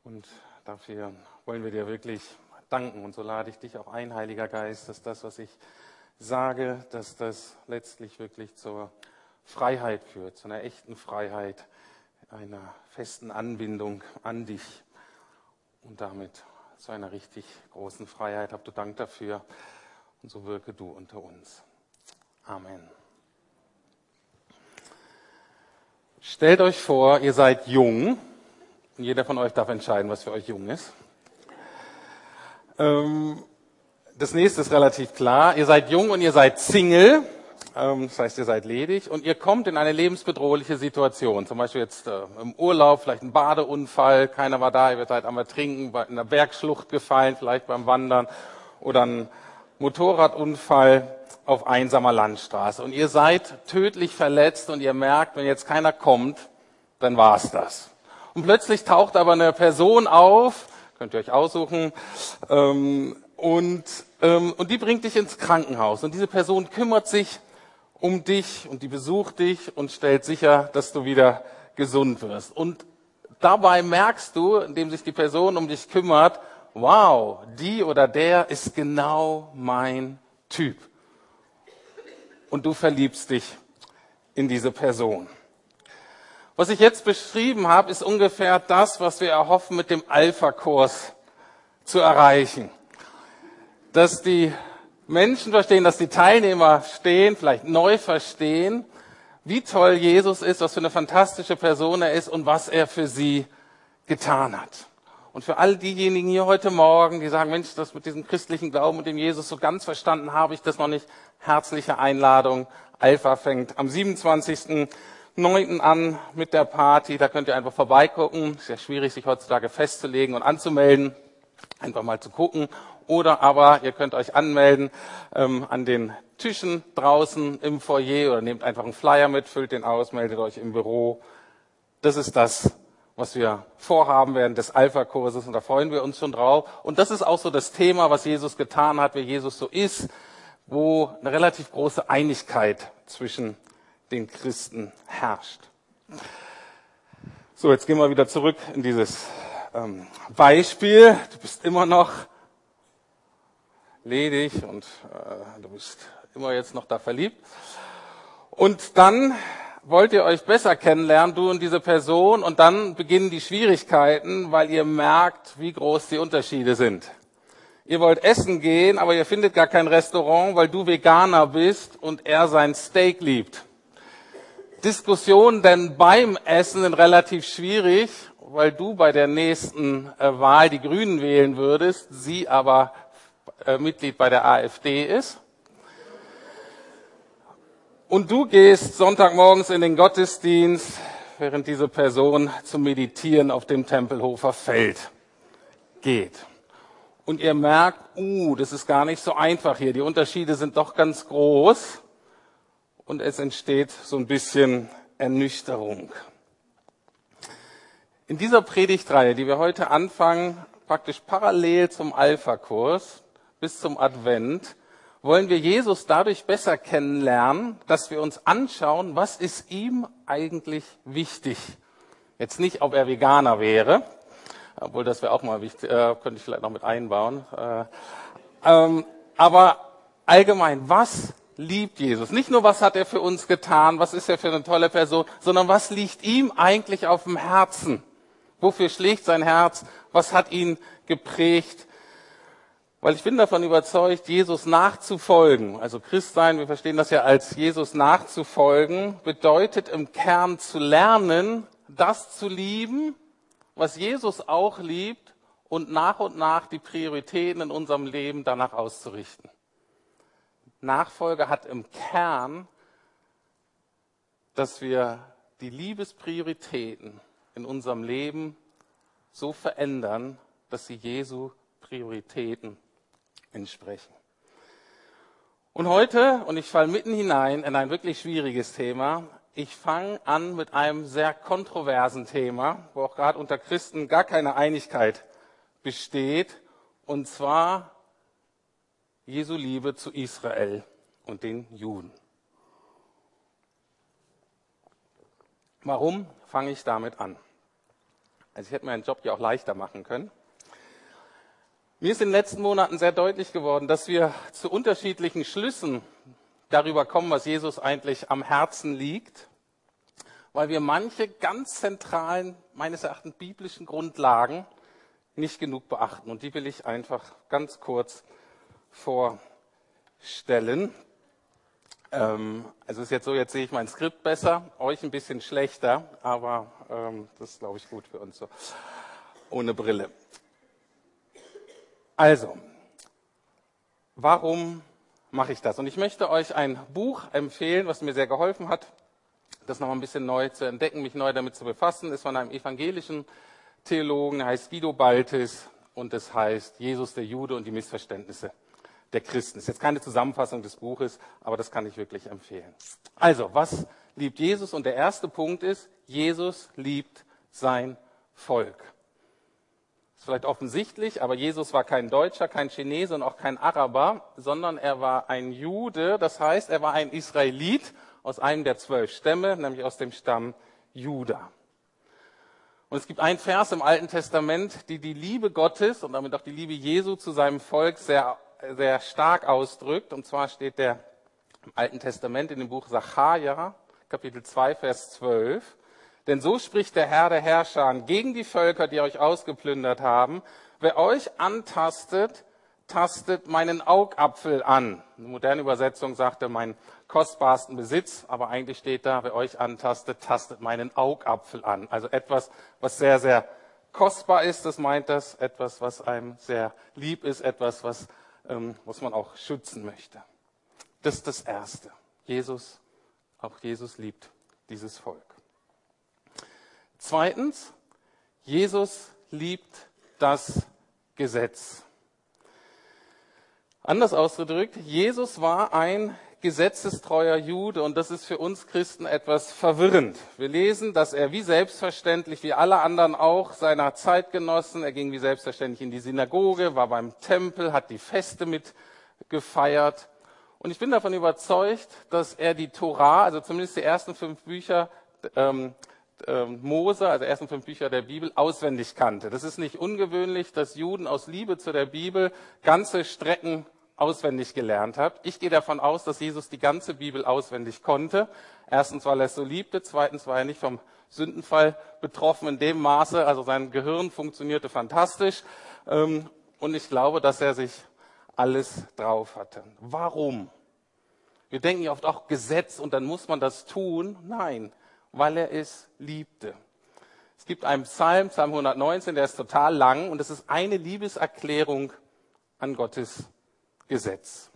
Und dafür wollen wir dir wirklich danken. Und so lade ich dich auch ein, Heiliger Geist, dass das, was ich sage, dass das letztlich wirklich zur Freiheit führt, zu einer echten Freiheit, einer festen Anbindung an dich und damit zu einer richtig großen Freiheit. Habt du Dank dafür und so wirke du unter uns. Amen. Stellt euch vor, ihr seid jung. Und jeder von euch darf entscheiden, was für euch jung ist. Das nächste ist relativ klar. Ihr seid jung und ihr seid Single. Das heißt, ihr seid ledig und ihr kommt in eine lebensbedrohliche Situation. Zum Beispiel jetzt im Urlaub, vielleicht ein Badeunfall, keiner war da, ihr werdet am Ertrinken, in einer Bergschlucht gefallen, vielleicht beim Wandern oder ein Motorradunfall auf einsamer Landstraße. Und ihr seid tödlich verletzt und ihr merkt, wenn jetzt keiner kommt, dann war's das. Und plötzlich taucht aber eine Person auf, könnt ihr euch aussuchen, und die bringt dich ins Krankenhaus. Und diese Person kümmert sich um dich und die besucht dich und stellt sicher, dass du wieder gesund wirst. Und dabei merkst du, indem sich die Person um dich kümmert, wow, die oder der ist genau mein Typ. Und du verliebst dich in diese Person. Was ich jetzt beschrieben habe, ist ungefähr das, was wir erhoffen, mit dem Alpha-Kurs zu erreichen. Dass die Menschen verstehen, dass die Teilnehmer vielleicht neu verstehen, wie toll Jesus ist, was für eine fantastische Person er ist und was er für sie getan hat. Und für all diejenigen hier heute Morgen, die sagen, Mensch, das mit diesem christlichen Glauben und dem Jesus so ganz verstanden habe ich das noch nicht, herzliche Einladung. Alpha fängt am 27.09. an mit der Party. Da könnt ihr einfach vorbeigucken. Ist ja schwierig, sich heutzutage festzulegen und anzumelden. Einfach mal zu gucken. Oder aber ihr könnt euch anmelden an den Tischen draußen im Foyer oder nehmt einfach einen Flyer mit, füllt den aus, meldet euch im Büro. Das ist das, was wir vorhaben während des Alpha-Kurses und da freuen wir uns schon drauf. Und das ist auch so das Thema, was Jesus getan hat, wie Jesus so ist, wo eine relativ große Einigkeit zwischen den Christen herrscht. So, jetzt gehen wir wieder zurück in dieses Beispiel. Du bist immer noch ledig und du bist immer jetzt noch da verliebt. Und dann wollt ihr euch besser kennenlernen, du und diese Person, und dann beginnen die Schwierigkeiten, weil ihr merkt, wie groß die Unterschiede sind. Ihr wollt essen gehen, aber ihr findet gar kein Restaurant, weil du Veganer bist und er sein Steak liebt. Diskussionen denn beim Essen sind relativ schwierig, weil du bei der nächsten Wahl die Grünen wählen würdest, sie aber Mitglied bei der AfD ist. Und du gehst Sonntagmorgens in den Gottesdienst, während diese Person zum Meditieren auf dem Tempelhofer Feld geht. Und ihr merkt, das ist gar nicht so einfach hier. Die Unterschiede sind doch ganz groß. Und es entsteht so ein bisschen Ernüchterung. In dieser Predigtreihe, die wir heute anfangen, praktisch parallel zum Alpha-Kurs bis zum Advent, wollen wir Jesus dadurch besser kennenlernen, dass wir uns anschauen, was ist ihm eigentlich wichtig. Jetzt nicht, ob er Veganer wäre, obwohl das wäre auch mal wichtig, könnte ich vielleicht noch mit einbauen. Aber allgemein, was liebt Jesus? Nicht nur, was hat er für uns getan, was ist er für eine tolle Person, sondern was liegt ihm eigentlich auf dem Herzen? Wofür schlägt sein Herz? Was hat ihn geprägt? Weil ich bin davon überzeugt, Jesus nachzufolgen, also Christsein, wir verstehen das ja als Jesus nachzufolgen, bedeutet im Kern zu lernen, das zu lieben, was Jesus auch liebt und nach die Prioritäten in unserem Leben danach auszurichten. Nachfolge hat im Kern, dass wir die Liebesprioritäten in unserem Leben so verändern, dass sie Jesu Prioritäten entsprechen. Und heute, und ich falle mitten hinein in ein wirklich schwieriges Thema, ich fange an mit einem sehr kontroversen Thema, wo auch gerade unter Christen gar keine Einigkeit besteht, und zwar Jesu Liebe zu Israel und den Juden. Warum fange ich damit an? Also ich hätte meinen Job ja auch leichter machen können. Mir ist in den letzten Monaten sehr deutlich geworden, dass wir zu unterschiedlichen Schlüssen darüber kommen, was Jesus eigentlich am Herzen liegt, weil wir manche ganz zentralen, meines Erachtens biblischen Grundlagen nicht genug beachten. Und die will ich einfach ganz kurz vorstellen. Also es ist jetzt so, jetzt sehe ich mein Skript besser, euch ein bisschen schlechter, aber das ist, glaube ich, gut für uns so, ohne Brille. Also, warum mache ich das? Und ich möchte euch ein Buch empfehlen, was mir sehr geholfen hat, das nochmal ein bisschen neu zu entdecken, mich neu damit zu befassen. Ist von einem evangelischen Theologen, der heißt Guido Baltes und es heißt Jesus der Jude und die Missverständnisse der Christen. Ist jetzt keine Zusammenfassung des Buches, aber das kann ich wirklich empfehlen. Also, was liebt Jesus? Und der erste Punkt ist, Jesus liebt sein Volk. Das ist vielleicht offensichtlich, aber Jesus war kein Deutscher, kein Chinese und auch kein Araber, sondern er war ein Jude. Das heißt, er war ein Israelit aus einem der 12 Stämme, nämlich aus dem Stamm Juda. Und es gibt einen Vers im Alten Testament, die Liebe Gottes und damit auch die Liebe Jesu zu seinem Volk sehr, sehr stark ausdrückt. Und zwar steht der im Alten Testament in dem Buch Sacharja, Kapitel 2, Vers 12. Denn so spricht der Herr der Herrscher gegen die Völker, die euch ausgeplündert haben. Wer euch antastet, tastet meinen Augapfel an. Eine moderne Übersetzung sagte, meinen kostbarsten Besitz, aber eigentlich steht da, wer euch antastet, tastet meinen Augapfel an. Also etwas, was sehr, sehr kostbar ist, das meint das, etwas, was einem sehr lieb ist, etwas, was man auch schützen möchte. Das ist das Erste. Auch Jesus liebt dieses Volk. Zweitens, Jesus liebt das Gesetz. Anders ausgedrückt, Jesus war ein gesetzestreuer Jude und das ist für uns Christen etwas verwirrend. Wir lesen, dass er wie selbstverständlich, wie alle anderen auch seiner Zeitgenossen, er ging wie selbstverständlich in die Synagoge, war beim Tempel, hat die Feste mitgefeiert. Und ich bin davon überzeugt, dass er die Tora, also zumindest die ersten 5 Bücher Mose, also die ersten 5 Bücher der Bibel, auswendig kannte. Das ist nicht ungewöhnlich, dass Juden aus Liebe zu der Bibel ganze Strecken auswendig gelernt haben. Ich gehe davon aus, dass Jesus die ganze Bibel auswendig konnte. Erstens, weil er es so liebte. Zweitens, war er nicht vom Sündenfall betroffen in dem Maße. Also sein Gehirn funktionierte fantastisch. Und ich glaube, dass er sich alles drauf hatte. Warum? Wir denken ja oft auch Gesetz und dann muss man das tun. Nein, weil er es liebte. Es gibt einen Psalm, Psalm 119, der ist total lang und es ist eine Liebeserklärung an Gottes Gesetz.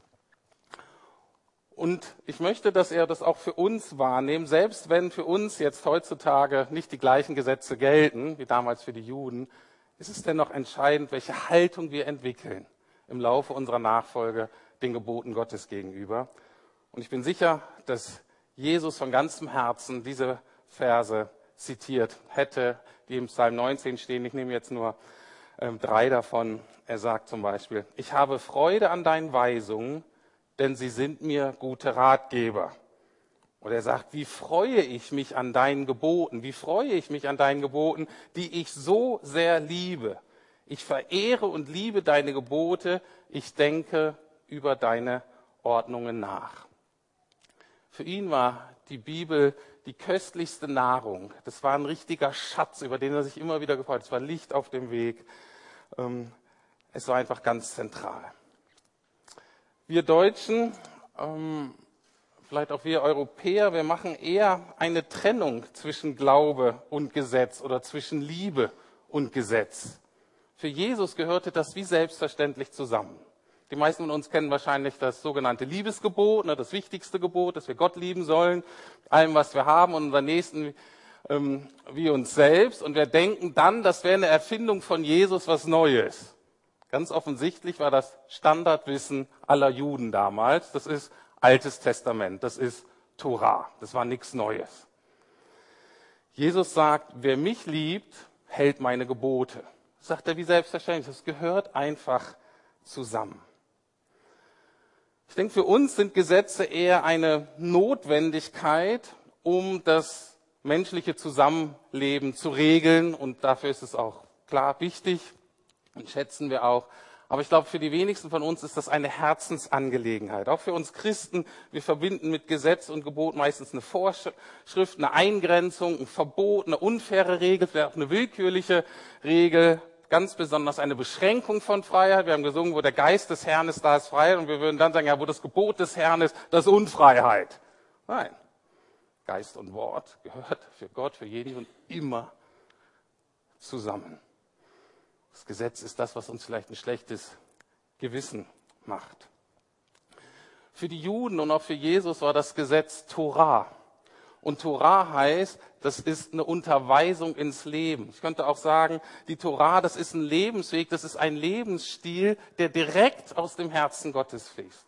Und ich möchte, dass er das auch für uns wahrnimmt, selbst wenn für uns jetzt heutzutage nicht die gleichen Gesetze gelten, wie damals für die Juden, ist es dennoch entscheidend, welche Haltung wir entwickeln im Laufe unserer Nachfolge den Geboten Gottes gegenüber. Und ich bin sicher, dass Jesus von ganzem Herzen diese Verse zitiert hätte, die im Psalm 19 stehen. Ich nehme jetzt nur 3 davon. Er sagt zum Beispiel, ich habe Freude an deinen Weisungen, denn sie sind mir gute Ratgeber. Oder er sagt, wie freue ich mich an deinen Geboten, wie freue ich mich an deinen Geboten, die ich so sehr liebe. Ich verehre und liebe deine Gebote, ich denke über deine Ordnungen nach. Für ihn war die Bibel die köstlichste Nahrung. Das war ein richtiger Schatz, über den er sich immer wieder gefreut hat. Es war Licht auf dem Weg. Es war einfach ganz zentral. Wir Deutschen, vielleicht auch wir Europäer, wir machen eher eine Trennung zwischen Glaube und Gesetz oder zwischen Liebe und Gesetz. Für Jesus gehörte das wie selbstverständlich zusammen. Die meisten von uns kennen wahrscheinlich das sogenannte Liebesgebot, das wichtigste Gebot, dass wir Gott lieben sollen, mit allem, was wir haben und unseren Nächsten wie uns selbst. Und wir denken dann, das wäre eine Erfindung von Jesus, was Neues. Ganz offensichtlich war das Standardwissen aller Juden damals. Das ist Altes Testament, das ist Tora, das war nichts Neues. Jesus sagt, wer mich liebt, hält meine Gebote. Das sagt er wie selbstverständlich, das gehört einfach zusammen. Ich denke, für uns sind Gesetze eher eine Notwendigkeit, um das menschliche Zusammenleben zu regeln. Und dafür ist es auch klar wichtig und schätzen wir auch. Aber ich glaube, für die wenigsten von uns ist das eine Herzensangelegenheit. Auch für uns Christen, wir verbinden mit Gesetz und Gebot meistens eine Vorschrift, eine Eingrenzung, ein Verbot, eine unfaire Regel, vielleicht auch eine willkürliche Regel, ganz besonders eine Beschränkung von Freiheit. Wir haben gesungen, wo der Geist des Herrn ist, da ist Freiheit. Und wir würden dann sagen, ja, wo das Gebot des Herrn ist, das ist Unfreiheit. Nein, Geist und Wort gehört für Gott, für jeden und immer zusammen. Das Gesetz ist das, was uns vielleicht ein schlechtes Gewissen macht. Für die Juden und auch für Jesus war das Gesetz Torah. Und Torah heißt, das ist eine Unterweisung ins Leben. Ich könnte auch sagen, die Torah, das ist ein Lebensweg, das ist ein Lebensstil, der direkt aus dem Herzen Gottes fließt.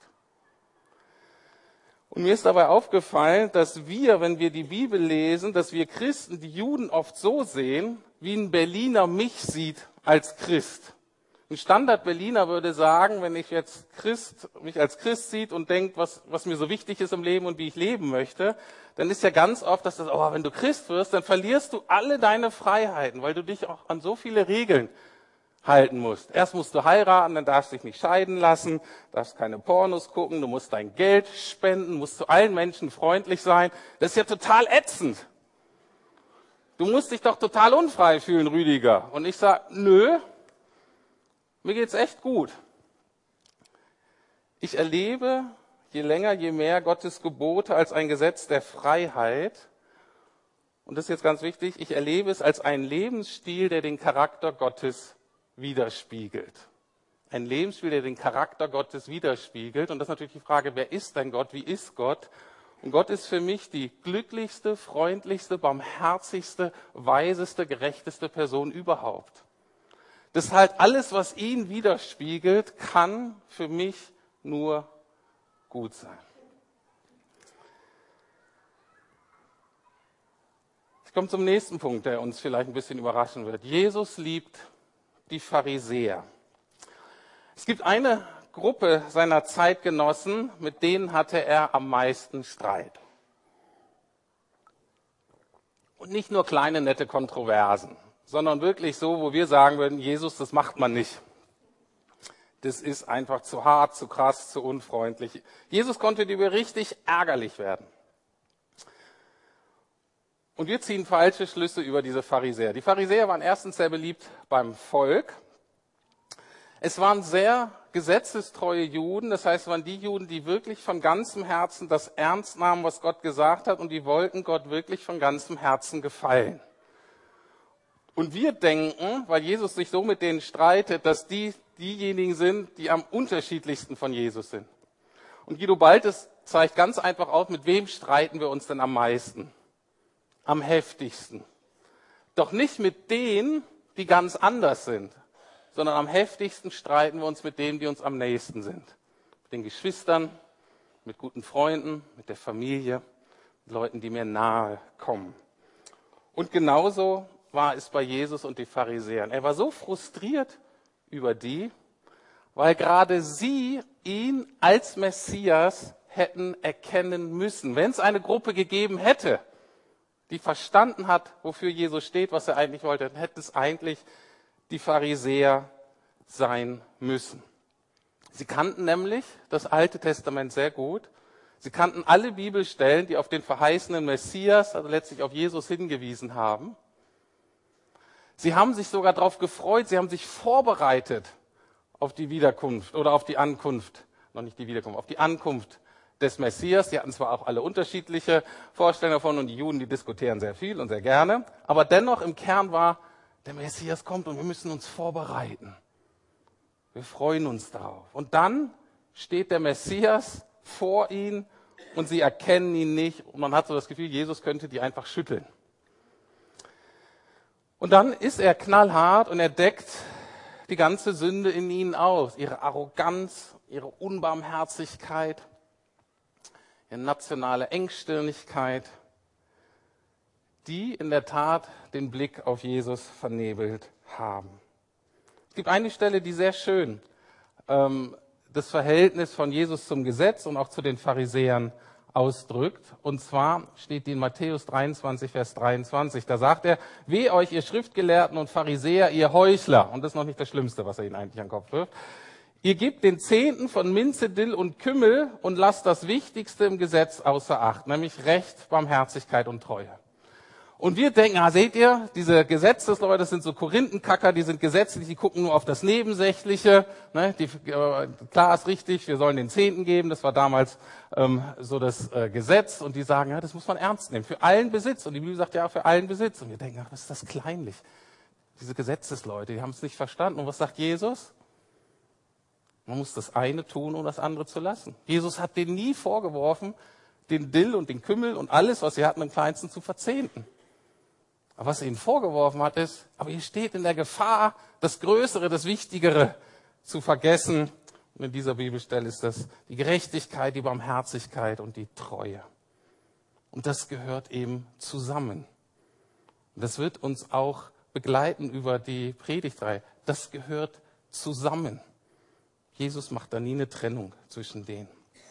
Und mir ist dabei aufgefallen, dass wir, wenn wir die Bibel lesen, dass wir Christen die Juden oft so sehen, wie ein Berliner mich sieht als Christ. Ein Standard-Berliner würde sagen, wenn ich jetzt mich als Christ sieht und denkt, was mir so wichtig ist im Leben und wie ich leben möchte, dann ist ja ganz oft, dass wenn du Christ wirst, dann verlierst du alle deine Freiheiten, weil du dich auch an so viele Regeln halten musst. Erst musst du heiraten, dann darfst du dich nicht scheiden lassen, darfst keine Pornos gucken, du musst dein Geld spenden, musst zu allen Menschen freundlich sein. Das ist ja total ätzend. Du musst dich doch total unfrei fühlen, Rüdiger. Und ich sage, nö, mir geht's echt gut. Ich erlebe je länger, je mehr Gottes Gebote als ein Gesetz der Freiheit. Und das ist jetzt ganz wichtig, ich erlebe es als einen Lebensstil, der den Charakter Gottes widerspiegelt. Ein Lebensstil, der den Charakter Gottes widerspiegelt. Und das ist natürlich die Frage, wer ist denn Gott? Wie ist Gott? Und Gott ist für mich die glücklichste, freundlichste, barmherzigste, weiseste, gerechteste Person überhaupt. Deshalb alles, was ihn widerspiegelt, kann für mich nur gut sein. Ich komme zum nächsten Punkt, der uns vielleicht ein bisschen überraschen wird. Jesus liebt die Pharisäer. Es gibt eine Gruppe seiner Zeitgenossen, mit denen hatte er am meisten Streit. Und nicht nur kleine, nette Kontroversen, sondern wirklich so, wo wir sagen würden, Jesus, das macht man nicht. Das ist einfach zu hart, zu krass, zu unfreundlich. Jesus konnte über richtig ärgerlich werden. Und wir ziehen falsche Schlüsse über diese Pharisäer. Die Pharisäer waren erstens sehr beliebt beim Volk. Es waren sehr gesetzestreue Juden, das heißt, es waren die Juden, die wirklich von ganzem Herzen das ernst nahmen, was Gott gesagt hat, und die wollten Gott wirklich von ganzem Herzen gefallen. Und wir denken, weil Jesus sich so mit denen streitet, dass diejenigen sind, die am unterschiedlichsten von Jesus sind. Und Guido Baltes zeigt ganz einfach auf, mit wem streiten wir uns denn am meisten, am heftigsten. Doch nicht mit denen, die ganz anders sind, sondern am heftigsten streiten wir uns mit denen, die uns am nächsten sind. Mit den Geschwistern, mit guten Freunden, mit der Familie, mit Leuten, die mir nahe kommen. Und genauso war es bei Jesus und den Pharisäern. Er war so frustriert über die, weil gerade sie ihn als Messias hätten erkennen müssen. Wenn es eine Gruppe gegeben hätte, die verstanden hat, wofür Jesus steht, was er eigentlich wollte, dann hätten es eigentlich die Pharisäer sein müssen. Sie kannten nämlich das Alte Testament sehr gut. Sie kannten alle Bibelstellen, die auf den verheißenen Messias, also letztlich auf Jesus hingewiesen haben. Sie haben sich sogar darauf gefreut, sie haben sich vorbereitet auf die Wiederkunft oder auf die Ankunft, noch nicht die Wiederkunft, auf die Ankunft des Messias. Die hatten zwar auch alle unterschiedliche Vorstellungen davon und die Juden, die diskutieren sehr viel und sehr gerne, aber dennoch im Kern war, der Messias kommt und wir müssen uns vorbereiten. Wir freuen uns darauf. Und dann steht der Messias vor ihnen und sie erkennen ihn nicht und man hat so das Gefühl, Jesus könnte die einfach schütteln. Und dann ist er knallhart und er deckt die ganze Sünde in ihnen aus. Ihre Arroganz, ihre Unbarmherzigkeit, ihre nationale Engstirnigkeit, die in der Tat den Blick auf Jesus vernebelt haben. Es gibt eine Stelle, die sehr schön das Verhältnis von Jesus zum Gesetz und auch zu den Pharisäern ausdrückt. Und zwar steht die in Matthäus 23, Vers 23. Da sagt er, weh euch, ihr Schriftgelehrten und Pharisäer, ihr Heuchler. Und das ist noch nicht das Schlimmste, was er ihnen eigentlich an den Kopf wirft. Ihr gebt den Zehnten von Minze, Dill und Kümmel und lasst das Wichtigste im Gesetz außer Acht, nämlich Recht, Barmherzigkeit und Treue. Und wir denken, seht ihr, diese Gesetzesleute, das sind so Korinthenkacker, die sind gesetzlich, die gucken nur auf das Nebensächliche. Ne? Klar ist richtig, wir sollen den Zehnten geben, das war damals so das Gesetz. Und die sagen, ja, das muss man ernst nehmen, für allen Besitz. Und die Bibel sagt ja, für allen Besitz. Und wir denken, was ist das kleinlich? Diese Gesetzesleute, die haben es nicht verstanden. Und was sagt Jesus? Man muss das eine tun, um das andere zu lassen. Jesus hat denen nie vorgeworfen, den Dill und den Kümmel und alles, was sie hatten, im Kleinsten zu verzehnten. Aber was er ihnen vorgeworfen hat, ist, aber ihr steht in der Gefahr, das Größere, das Wichtigere zu vergessen. Und in dieser Bibelstelle ist das die Gerechtigkeit, die Barmherzigkeit und die Treue. Und das gehört eben zusammen. Und das wird uns auch begleiten über die Predigtreihe. Das gehört zusammen. Jesus macht da nie eine Trennung zwischen denen.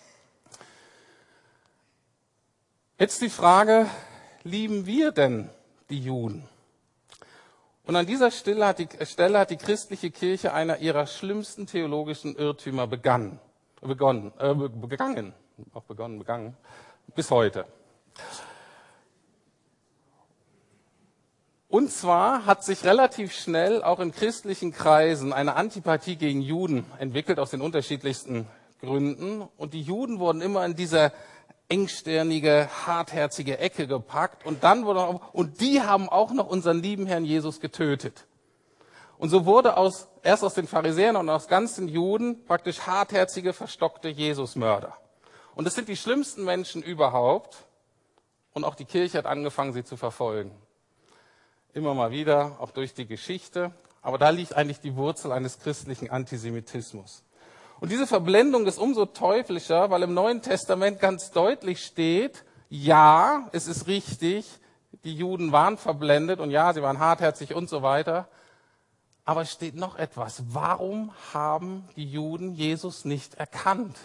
Jetzt die Frage, lieben wir denn die Juden? Und an dieser Stelle hat die christliche Kirche einer ihrer schlimmsten theologischen Irrtümer begangen. Bis heute. Und zwar hat sich relativ schnell auch in christlichen Kreisen eine Antipathie gegen Juden entwickelt, aus den unterschiedlichsten Gründen. Und die Juden wurden immer in dieser engstirnige, hartherzige Ecke gepackt. Und die haben auch noch unseren lieben Herrn Jesus getötet. Und so wurde erst aus den Pharisäern und aus ganzen Juden praktisch hartherzige, verstockte Jesusmörder. Und das sind die schlimmsten Menschen überhaupt. Und auch die Kirche hat angefangen, sie zu verfolgen. Immer mal wieder, auch durch die Geschichte. Aber da liegt eigentlich die Wurzel eines christlichen Antisemitismus. Und diese Verblendung ist umso teuflischer, weil im Neuen Testament ganz deutlich steht, ja, es ist richtig, die Juden waren verblendet und ja, sie waren hartherzig und so weiter. Aber es steht noch etwas. Warum haben die Juden Jesus nicht erkannt?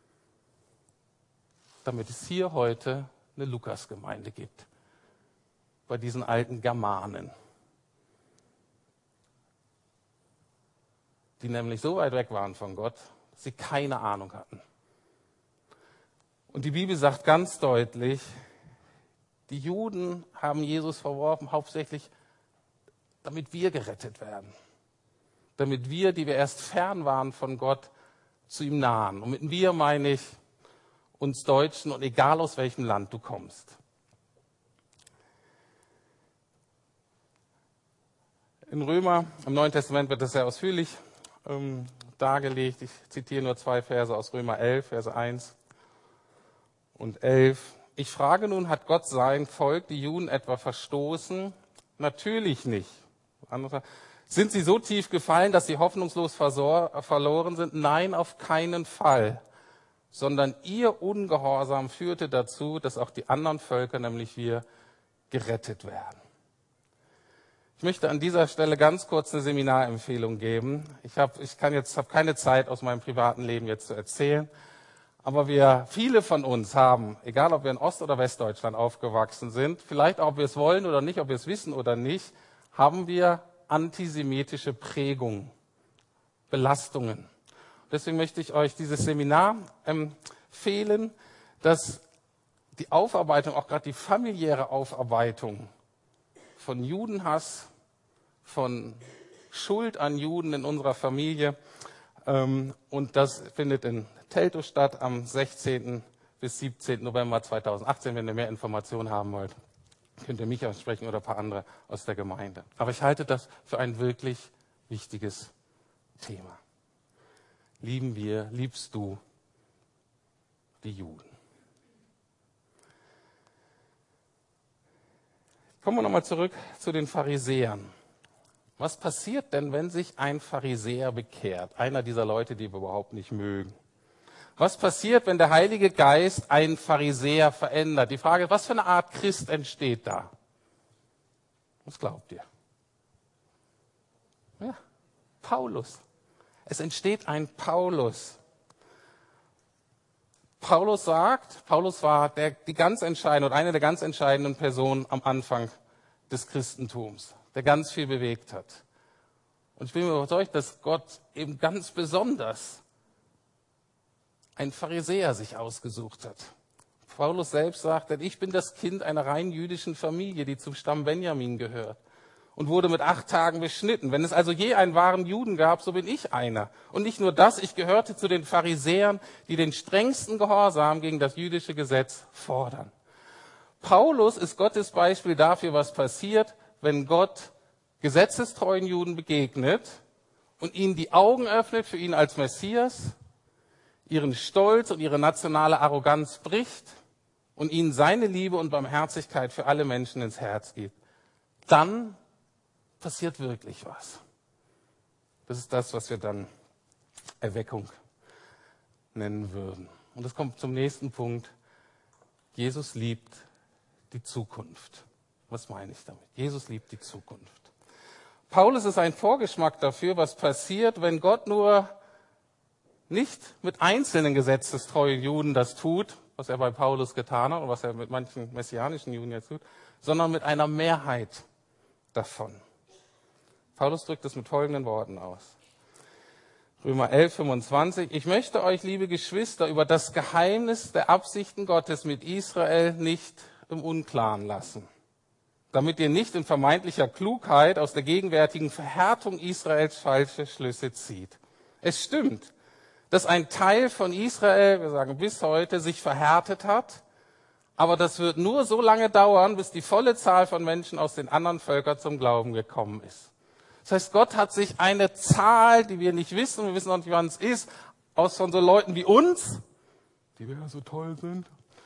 Damit es hier heute eine Lukasgemeinde gibt. Bei diesen alten Germanen, die nämlich so weit weg waren von Gott, dass sie keine Ahnung hatten. Und die Bibel sagt ganz deutlich, die Juden haben Jesus verworfen, hauptsächlich, damit wir gerettet werden. Damit wir, die wir erst fern waren von Gott, zu ihm nahen. Und mit wir meine ich uns Deutschen und egal aus welchem Land du kommst. In Römer, im Neuen Testament wird das sehr ausführlich dargelegt. Ich zitiere nur 2 Verse aus Römer 11, Verse 1 und 11. Ich frage nun, hat Gott sein Volk, die Juden, etwa verstoßen? Natürlich nicht. Sind sie so tief gefallen, dass sie hoffnungslos verloren sind? Nein, auf keinen Fall. Sondern ihr Ungehorsam führte dazu, dass auch die anderen Völker, nämlich wir, gerettet werden. Ich möchte an dieser Stelle ganz kurz eine Seminarempfehlung geben. Ich habe keine Zeit aus meinem privaten Leben jetzt zu erzählen, aber viele von uns haben, egal ob wir in Ost- oder Westdeutschland aufgewachsen sind, vielleicht auch ob wir es wollen oder nicht, ob wir es wissen oder nicht, haben wir antisemitische Prägungen, Belastungen. Deswegen möchte ich euch dieses Seminar empfehlen, dass die Aufarbeitung, auch gerade die familiäre Aufarbeitung von Judenhass, von Schuld an Juden in unserer Familie. Und das findet in Teltow statt am 16. bis 17. November 2018. Wenn ihr mehr Informationen haben wollt, könnt ihr mich ansprechen oder ein paar andere aus der Gemeinde. Aber ich halte das für ein wirklich wichtiges Thema. Liebst du die Juden? Kommen wir nochmal zurück zu den Pharisäern. Was passiert denn, wenn sich ein Pharisäer bekehrt? Einer dieser Leute, die wir überhaupt nicht mögen. Was passiert, wenn der Heilige Geist einen Pharisäer verändert? Die Frage ist, was für eine Art Christ entsteht da? Was glaubt ihr? Ja, Paulus. Es entsteht ein Paulus. Paulus war die ganz entscheidende oder eine der ganz entscheidenden Personen am Anfang des Christentums, der ganz viel bewegt hat. Und ich bin mir überzeugt, dass Gott eben ganz besonders einen Pharisäer sich ausgesucht hat. Paulus selbst sagt, ich bin das Kind einer rein jüdischen Familie, die zum Stamm Benjamin gehört und wurde mit 8 Tagen beschnitten. Wenn es also je einen wahren Juden gab, so bin ich einer. Und nicht nur das, ich gehörte zu den Pharisäern, die den strengsten Gehorsam gegen das jüdische Gesetz fordern. Paulus ist Gottes Beispiel dafür, was passiert, wenn Gott gesetzestreuen Juden begegnet und ihnen die Augen öffnet für ihn als Messias, ihren Stolz und ihre nationale Arroganz bricht und ihnen seine Liebe und Barmherzigkeit für alle Menschen ins Herz gibt. Dann passiert wirklich was. Das ist das, was wir dann Erweckung nennen würden. Und das kommt zum nächsten Punkt. Jesus liebt die Zukunft. Was meine ich damit? Jesus liebt die Zukunft. Paulus ist ein Vorgeschmack dafür, was passiert, wenn Gott nur nicht mit einzelnen gesetzestreuen Juden das tut, was er bei Paulus getan hat und was er mit manchen messianischen Juden jetzt tut, sondern mit einer Mehrheit davon. Paulus drückt es mit folgenden Worten aus. Römer 11, 25. Ich möchte euch, liebe Geschwister, über das Geheimnis der Absichten Gottes mit Israel nicht im Unklaren lassen, damit ihr nicht in vermeintlicher Klugheit aus der gegenwärtigen Verhärtung Israels falsche Schlüsse zieht. Es stimmt, dass ein Teil von Israel, wir sagen bis heute, sich verhärtet hat, aber das wird nur so lange dauern, bis die volle Zahl von Menschen aus den anderen Völkern zum Glauben gekommen ist. Das heißt, Gott hat sich eine Zahl, die wir nicht wissen, wir wissen auch nicht, wann es ist, aus von so Leuten wie uns, die wir ja so toll sind,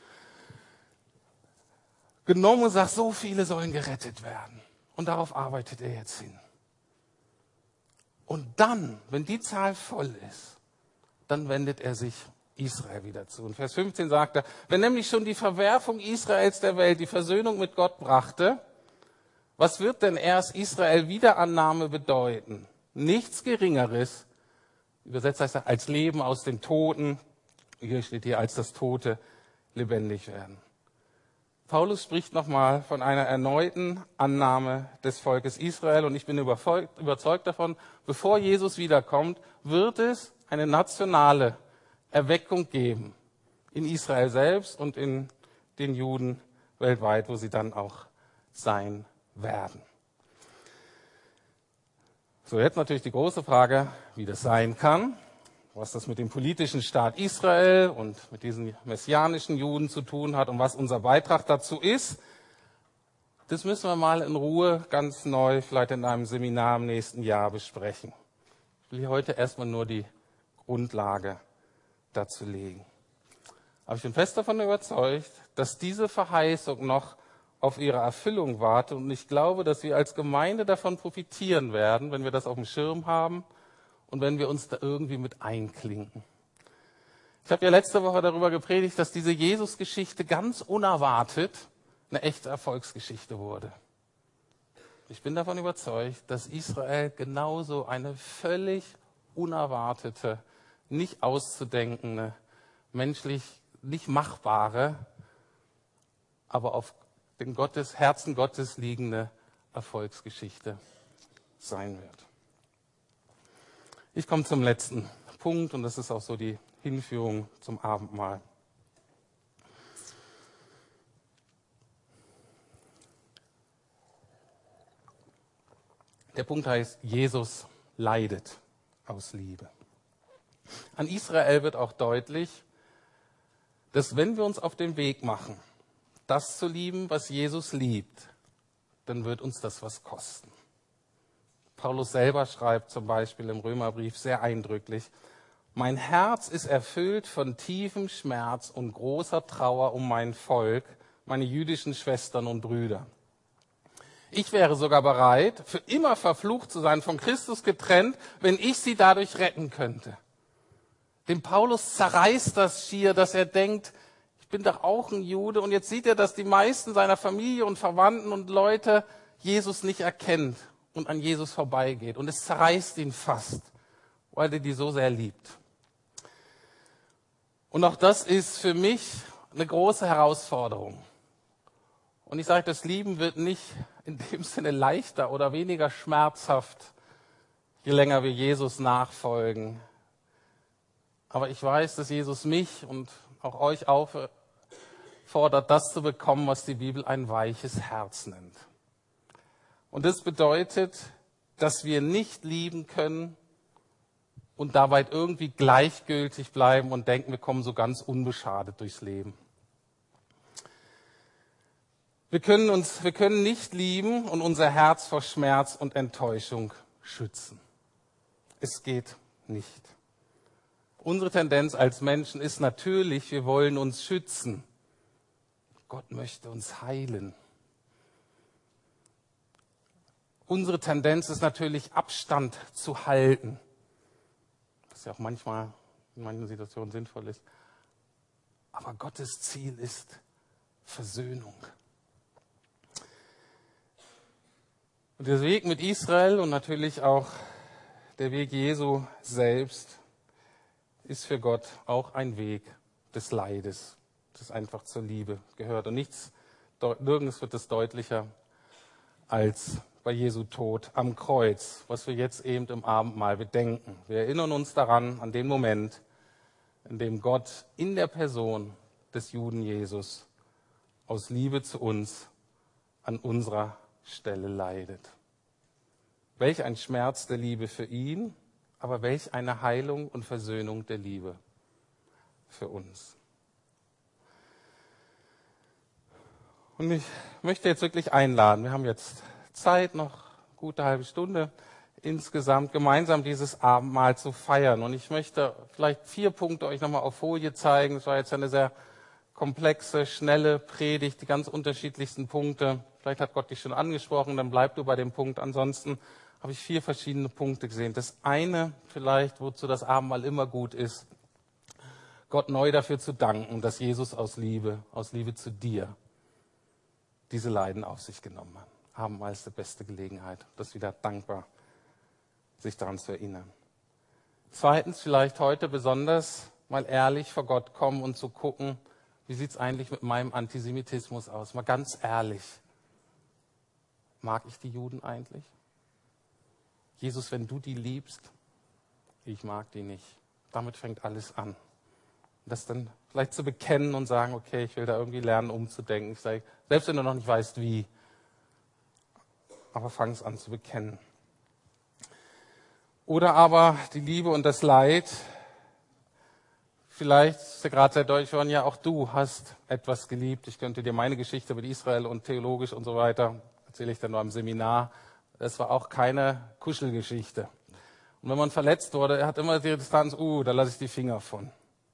genommen und sagt, so viele sollen gerettet werden. Und darauf arbeitet er jetzt hin. Und dann, wenn die Zahl voll ist, dann wendet er sich Israel wieder zu. Und Vers 15 sagt er, wenn nämlich schon die Verwerfung Israels der Welt die Versöhnung mit Gott brachte, was wird denn erst Israel Wiederannahme bedeuten? Nichts Geringeres, übersetzt heißt er, als Leben aus den Toten, hier steht hier, als das Tote lebendig werden. Paulus spricht nochmal von einer erneuten Annahme des Volkes Israel und ich bin überzeugt davon, bevor Jesus wiederkommt, wird es eine nationale Erweckung geben in Israel selbst und in den Juden weltweit, wo sie dann auch sein werden. So, jetzt natürlich die große Frage, wie das sein kann, was das mit dem politischen Staat Israel und mit diesen messianischen Juden zu tun hat und was unser Beitrag dazu ist. Das müssen wir mal in Ruhe ganz neu, vielleicht in einem Seminar im nächsten Jahr besprechen. Ich will hier heute erstmal nur die Grundlage dazu legen. Aber ich bin fest davon überzeugt, dass diese Verheißung noch auf ihre Erfüllung wartet und ich glaube, dass wir als Gemeinde davon profitieren werden, wenn wir das auf dem Schirm haben und wenn wir uns da irgendwie mit einklinken. Ich habe ja letzte Woche darüber gepredigt, dass diese Jesus-Geschichte ganz unerwartet eine echte Erfolgsgeschichte wurde. Ich bin davon überzeugt, dass Israel genauso eine völlig unerwartete, nicht auszudenkende, menschlich nicht machbare, aber auf dem Herzen Gottes liegende Erfolgsgeschichte sein wird. Ich komme zum letzten Punkt und das ist auch so die Hinführung zum Abendmahl. Der Punkt heißt, Jesus leidet aus Liebe. An Israel wird auch deutlich, dass wenn wir uns auf den Weg machen, das zu lieben, was Jesus liebt, dann wird uns das was kosten. Paulus selber schreibt zum Beispiel im Römerbrief sehr eindrücklich, mein Herz ist erfüllt von tiefem Schmerz und großer Trauer um mein Volk, meine jüdischen Schwestern und Brüder. Ich wäre sogar bereit, für immer verflucht zu sein, von Christus getrennt, wenn ich sie dadurch retten könnte. Dem Paulus zerreißt das schier, dass er denkt, ich bin doch auch ein Jude. Und jetzt sieht er, dass die meisten seiner Familie und Verwandten und Leute Jesus nicht erkennt und an Jesus vorbeigeht. Und es zerreißt ihn fast, weil er die so sehr liebt. Und auch das ist für mich eine große Herausforderung. Und ich sage, das Lieben wird nicht in dem Sinne leichter oder weniger schmerzhaft, je länger wir Jesus nachfolgen. Aber ich weiß, dass Jesus mich und auch euch auffordert, das zu bekommen, was die Bibel ein weiches Herz nennt. Und das bedeutet, dass wir nicht lieben können und dabei irgendwie gleichgültig bleiben und denken, wir kommen so ganz unbeschadet durchs Leben. Wir können nicht lieben und unser Herz vor Schmerz und Enttäuschung schützen. Es geht nicht. Unsere Tendenz als Menschen ist natürlich, wir wollen uns schützen. Gott möchte uns heilen. Unsere Tendenz ist natürlich, Abstand zu halten, was ja auch manchmal in manchen Situationen sinnvoll ist. Aber Gottes Ziel ist Versöhnung. Und der Weg mit Israel und natürlich auch der Weg Jesu selbst ist für Gott auch ein Weg des Leides, das einfach zur Liebe gehört. Und nirgends wird es deutlicher als bei Jesu Tod am Kreuz, was wir jetzt eben im Abendmahl bedenken. Wir erinnern uns daran, an den Moment, in dem Gott in der Person des Juden Jesus aus Liebe zu uns an unserer Stelle leidet. Welch ein Schmerz der Liebe für ihn, aber welch eine Heilung und Versöhnung der Liebe für uns. Und ich möchte jetzt wirklich einladen, wir haben jetzt Zeit, noch eine gute halbe Stunde insgesamt, gemeinsam dieses Abendmahl zu feiern. Und ich möchte vielleicht 4 Punkte euch nochmal auf Folie zeigen. Das war jetzt eine sehr komplexe, schnelle Predigt, die ganz unterschiedlichsten Punkte. Vielleicht hat Gott dich schon angesprochen, dann bleib du bei dem Punkt. Ansonsten habe ich 4 verschiedene Punkte gesehen. Das eine vielleicht, wozu das Abendmahl immer gut ist, Gott neu dafür zu danken, dass Jesus aus Liebe zu dir, diese Leiden auf sich genommen hat. Abendmahl ist die beste Gelegenheit, das wieder dankbar, sich daran zu erinnern. Zweitens vielleicht heute besonders mal ehrlich vor Gott kommen und zu gucken, wie sieht es eigentlich mit meinem Antisemitismus aus? Mal ganz ehrlich. Mag ich die Juden eigentlich? Jesus, wenn du die liebst, ich mag die nicht. Damit fängt alles an. Das dann vielleicht zu bekennen und sagen, okay, ich will da irgendwie lernen, umzudenken. Ich sage, selbst wenn du noch nicht weißt, wie, aber fang es an zu bekennen. Oder aber die Liebe und das Leid. Vielleicht ist ja gerade sehr deutlich geworden, ja, auch du hast etwas geliebt. Ich könnte dir meine Geschichte mit Israel und theologisch und so weiter, erzähle ich dann nur am Seminar. Das war auch keine Kuschelgeschichte. Und wenn man verletzt wurde, er hat immer die Distanz, da lasse ich die Finger von.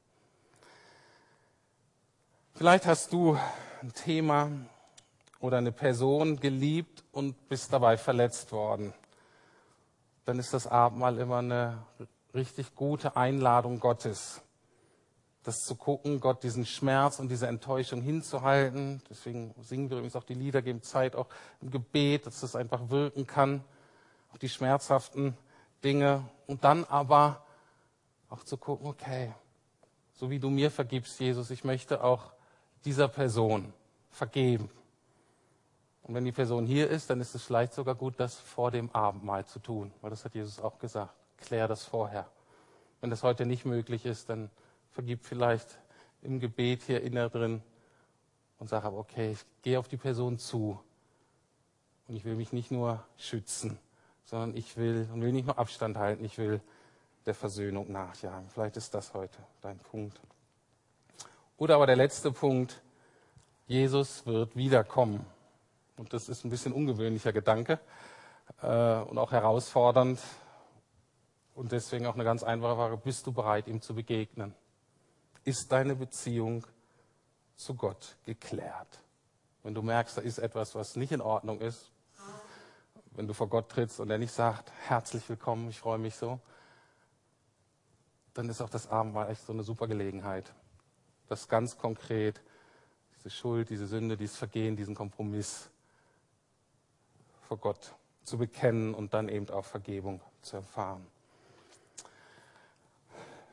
Vielleicht hast du ein Thema oder eine Person geliebt und bist dabei verletzt worden. Dann ist das Abendmahl immer eine richtig gute Einladung Gottes, das zu gucken, Gott diesen Schmerz und diese Enttäuschung hinzuhalten. Deswegen singen wir übrigens auch die Lieder, geben Zeit auch im Gebet, dass das einfach wirken kann, auch die schmerzhaften Dinge. Und dann aber auch zu gucken, okay, so wie du mir vergibst, Jesus, ich möchte auch dieser Person vergeben. Und wenn die Person hier ist, dann ist es vielleicht sogar gut, das vor dem Abendmahl zu tun, weil das hat Jesus auch gesagt. Klär das vorher. Wenn das heute nicht möglich ist, dann vergib vielleicht im Gebet hier inner drin und sag aber, okay, ich gehe auf die Person zu und ich will mich nicht nur schützen, sondern ich will nicht nur Abstand halten, ich will der Versöhnung nachjagen. Vielleicht ist das heute dein Punkt. Oder aber der letzte Punkt, Jesus wird wiederkommen. Und das ist ein bisschen ungewöhnlicher Gedanke und auch herausfordernd. Und deswegen auch eine ganz einfache Frage, bist du bereit, ihm zu begegnen? Ist deine Beziehung zu Gott geklärt? Wenn du merkst, da ist etwas, was nicht in Ordnung ist, wenn du vor Gott trittst und er nicht sagt, herzlich willkommen, ich freue mich so, dann ist auch das Abendmahl echt so eine super Gelegenheit, das ganz konkret, diese Schuld, diese Sünde, dieses Vergehen, diesen Kompromiss vor Gott zu bekennen und dann eben auch Vergebung zu erfahren.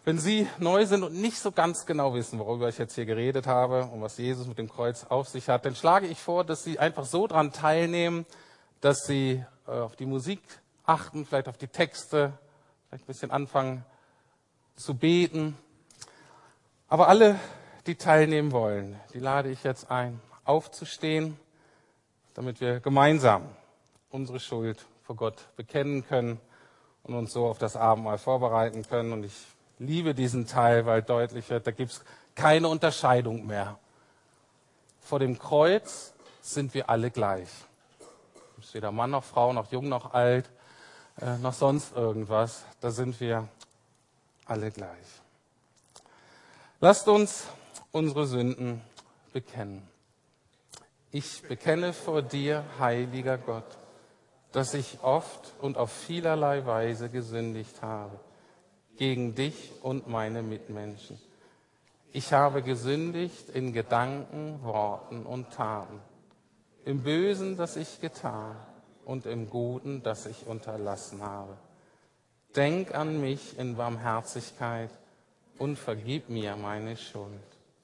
Wenn Sie neu sind und nicht so ganz genau wissen, worüber ich jetzt hier geredet habe und was Jesus mit dem Kreuz auf sich hat, dann schlage ich vor, dass Sie einfach so dran teilnehmen, dass Sie auf die Musik achten, vielleicht auf die Texte, vielleicht ein bisschen anfangen zu beten. Aber alle, die teilnehmen wollen, die lade ich jetzt ein, aufzustehen, damit wir gemeinsam unsere Schuld vor Gott bekennen können und uns so auf das Abendmahl vorbereiten können. Und ich liebe diesen Teil, weil deutlich wird, da gibt es keine Unterscheidung mehr. Vor dem Kreuz sind wir alle gleich. Ist weder Mann noch Frau, noch jung noch alt, noch sonst irgendwas. Da sind wir alle gleich. Lasst uns unsere Sünden bekennen. Ich bekenne vor dir, heiliger Gott, dass ich oft und auf vielerlei Weise gesündigt habe, gegen dich und meine Mitmenschen. Ich habe gesündigt in Gedanken, Worten und Taten, im Bösen, das ich getan, und im Guten, das ich unterlassen habe. Denk an mich in Barmherzigkeit und vergib mir meine Schuld.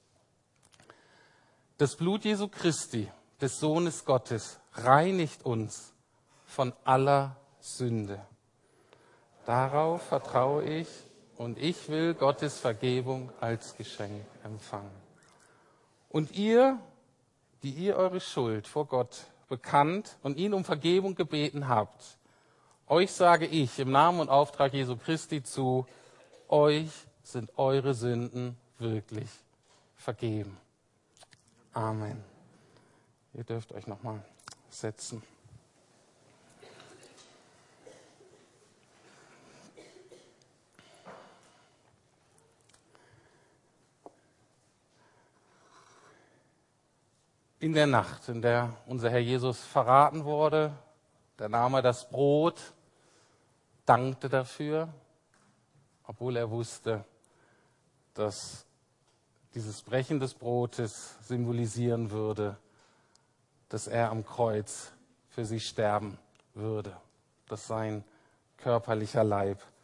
Das Blut Jesu Christi, des Sohnes Gottes, reinigt uns von aller Sünde. Darauf vertraue ich und ich will Gottes Vergebung als Geschenk empfangen. Und ihr, die ihr eure Schuld vor Gott bekannt und ihn um Vergebung gebeten habt, euch sage ich im Namen und Auftrag Jesu Christi zu, euch sind eure Sünden wirklich vergeben. Amen. Ihr dürft euch nochmal setzen. In der Nacht, in der unser Herr Jesus verraten wurde, da nahm er das Brot, dankte dafür, obwohl er wusste, dass dieses Brechen des Brotes symbolisieren würde, dass er am Kreuz für sie sterben würde, dass sein körperlicher Leib